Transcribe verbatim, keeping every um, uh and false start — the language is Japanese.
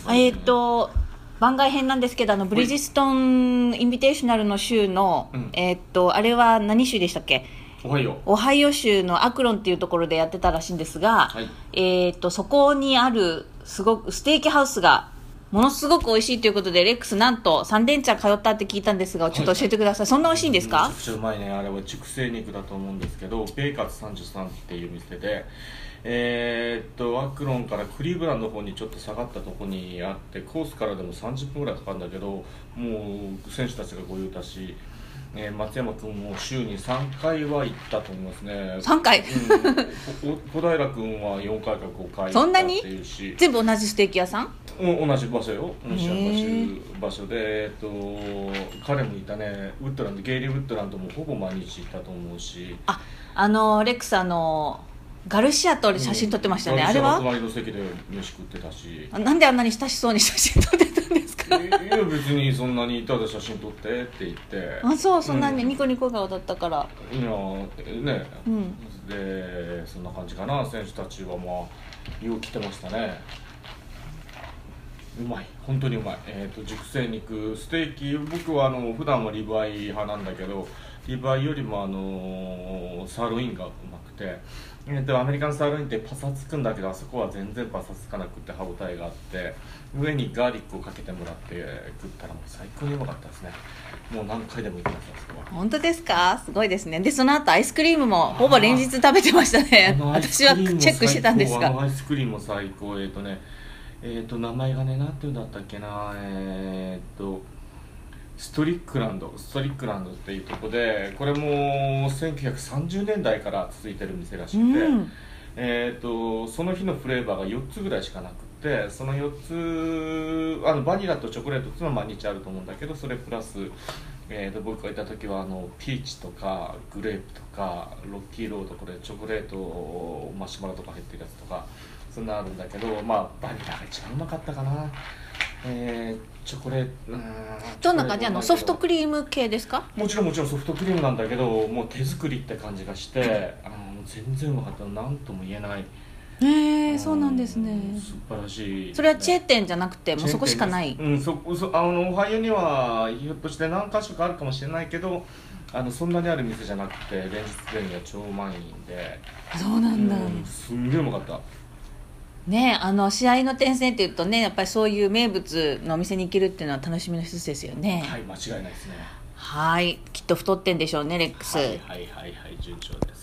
えーっと番外編なんですけど、あのブリヂストンインビテーショナルの州の、うん、えーっとあれは何州でしたっけ？ オハイオオハイオ州のアクロンっていうところでやってたらしいんですが、 はい、 えーっとそこにあるすごくステーキハウスがものすごく美味しいということで、レックスなんとさん連チャン通ったって聞いたんですが、ちょっと教えてください。はい、そんな美味しいんですか？ めちゃくちゃうまいね。あれは熟成肉だと思うんですけど、ベイカツさんじゅうさんっていう店で、えー、っとアクロンからクリーブランドの方にちょっと下がったところにあって、コースからでもさんじゅっぷんぐらいかかるんだけど、もう選手たちがご用達し、えー、松山君も週にさんかいは行ったと思いますね。 さんかい、うん、 小平君はよんかいかごかいそんなにっていうし、 全部同じステーキ屋さん？ 同じ場所よ。同じ場所で、えっと、彼もいたね。ウッドランド、ゲイリー・ウッドランドもほぼ毎日いたと思うし、 あ、あのレックス、あのガルシアと写真撮ってましたね、うん、あれは隣の席で飯食ってたし、 なんであんなに親しそうに写真撮ってたんですか？ いや別にそんなにただ写真撮ってって言って、 あ、そう、そんなにニコニコ顔だったから、 いやね、 うん、 でそんな感じかな。選手たちはまあよう来てましたね。うまい、本当にうまい。えーと熟成肉ステーキ、僕はあの普段はリブアイ派なんだけど、リブアイよりもあのサーロインがうまくて、えーとアメリカンサーロインってパサつくんだけど、あそこは全然パサつかなくて歯応えがあって、上にガーリックをかけてもらって食ったらもう最高にうまかったですね。もう何回でも行きます。あそこは本当ですか？すごいですね。でその後アイスクリームもほぼ連日食べてましたね。私はチェックしてたんですが、 あのアイスクリームも最高。えっ、ー、とねえー、と名前がね、なんていうんだったっけな、えー、とストリックランドストリックランドっていうとこで、これもせんきゅうひゃくさんじゅうねんだいから続いてる店らしくて、うん、えー、とその日のフレーバーがよっつぐらいしかなくて、そのよっつあのバニラとチョコレートっていうのは毎日あると思うんだけど、それプラス、えー、と僕がいた時はあのピーチとかグレープとかロッキーロード、これチョコレートマシュマロとか入ってるやつとかそんなあるんだけど、まあバニラが一番うまかったかな。えー、チョコレート、うーん、 どんな感じ？あのソフトクリーム系ですか？ もちろんもちろんソフトクリームなんだけど、もう手作りって感じがして、あの全然うまかった。なんとも言えない。 へえー、そうなんですね。 素晴らしい、ね。 それはチェーン店じゃなくてもうそこしかない？ うん、そそあのオハイオにはひょっとして何か所かあるかもしれないけど、あのそんなにある店じゃなくて、連日連夜超満員で。 そうなんだ、うん、 すんげえうまかったね。あの試合の転戦っていうとね、やっぱりそういう名物のお店に行けるっていうのは楽しみの一つですよね。 はい、間違いないですね。 はい、きっと太ってんでしょうね、レックス。 はいはいはいはい、順調で